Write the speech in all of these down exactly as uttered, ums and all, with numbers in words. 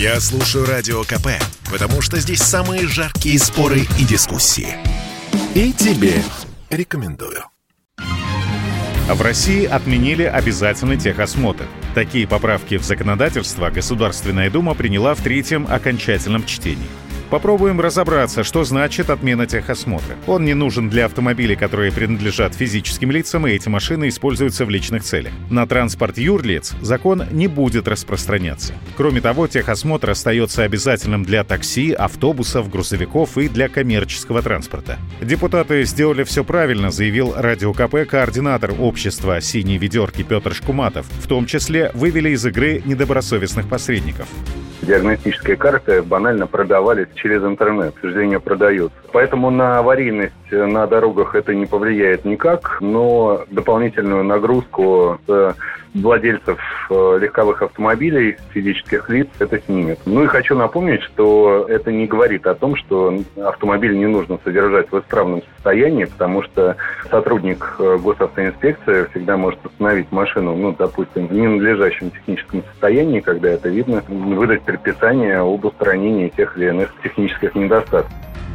Я слушаю Радио КП, потому что здесь самые жаркие споры и дискуссии. И тебе рекомендую. В России отменили обязательный техосмотр. Такие поправки в законодательство Государственная Дума приняла в третьем окончательном чтении. Попробуем разобраться, что значит отмена техосмотра. Он не нужен для автомобилей, которые принадлежат физическим лицам, и эти машины используются в личных целях. На транспорт юрлиц закон не будет распространяться. Кроме того, техосмотр остается обязательным для такси, автобусов, грузовиков и для коммерческого транспорта. Депутаты сделали все правильно, заявил Радио КП координатор общества «Синие ведерки» Петр Шкуматов. В том числе вывели из игры недобросовестных посредников. Диагностические карты банально продавались через интернет, к сожалению, продаются. Поэтому на аварийность на дорогах это не повлияет никак, но дополнительную нагрузку с владельцев легковых автомобилей, физических лиц, это снимет. Ну и хочу напомнить, что это не говорит о том, что автомобиль не нужно содержать в исправном состоянии, потому что сотрудник госавтоинспекции всегда может остановить машину, ну, допустим, в ненадлежащем техническом состоянии, когда это видно, выдать предписание об устранении тех или иных технических недостатков.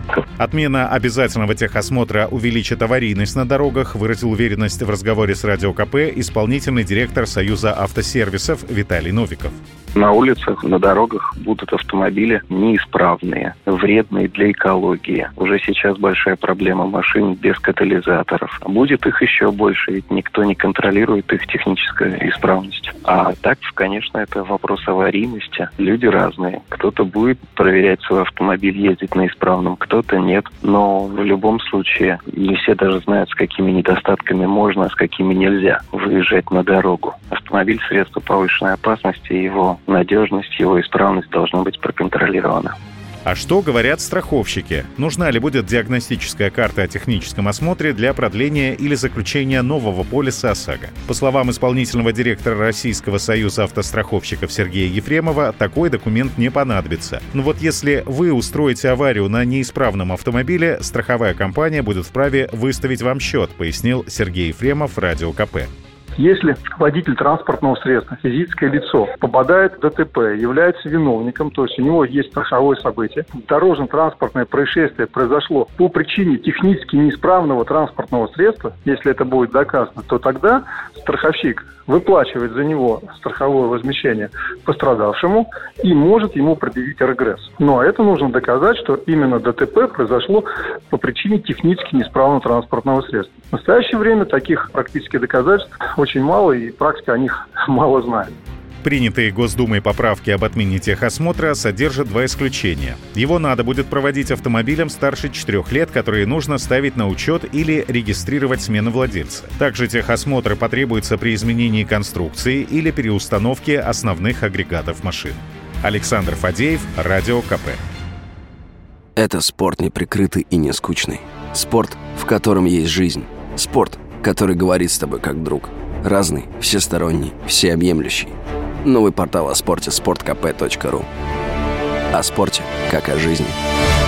Отмена обязательного техосмотра увеличит аварийность на дорогах, выразил уверенность в разговоре с Радио КП исполнительный директор Союза автосервисов Виталий Новиков. На улицах, на дорогах будут автомобили неисправные, вредные для экологии. Уже сейчас большая проблема машин без катализаторов. Будет их еще больше, ведь никто не контролирует их техническую исправность. А так, конечно, это вопрос аварийности. Люди разные. Кто-то будет проверять свой автомобиль, ездить на исправном, кто-то нет. Но в любом случае не все даже знают, с какими недостатками можно, а с какими нельзя выезжать на дорогу. Автомобиль – средство повышенной опасности, его надежность, его исправность должна быть проконтролирована. А что говорят страховщики? Нужна ли будет диагностическая карта о техническом осмотре для продления или заключения нового полиса ОСАГО? По словам исполнительного директора Российского союза автостраховщиков Сергея Ефремова, такой документ не понадобится. Но вот если вы устроите аварию на неисправном автомобиле, страховая компания будет вправе выставить вам счет, пояснил Сергей Ефремов Радио КП. Если водитель транспортного средства, физическое лицо, попадает в ДТП, является виновником, то есть у него есть страховое событие, дорожно-транспортное происшествие произошло по причине технически неисправного транспортного средства, если это будет доказано, то тогда страховщик выплачивает за него страховое возмещение пострадавшему и может ему предъявить регресс. Но это нужно доказать, что именно ДТП произошло по причине технически неисправного транспортного средства. В настоящее время таких практических доказательств очень мало, и практика о них мало знает. Принятые Госдумой поправки об отмене техосмотра содержат два исключения. Его надо будет проводить автомобилям старше четырех лет, которые нужно ставить на учет или регистрировать смену владельца. Также техосмотр потребуется при изменении конструкции или переустановке основных агрегатов машин. Александр Фадеев, Радио КП. Это спорт неприкрытый и не скучный. Спорт, в котором есть жизнь. Спорт, который говорит с тобой как друг. Разный, всесторонний, всеобъемлющий. Новый портал о спорте – спорт кэ пэ точка ру. О спорте, как о жизни.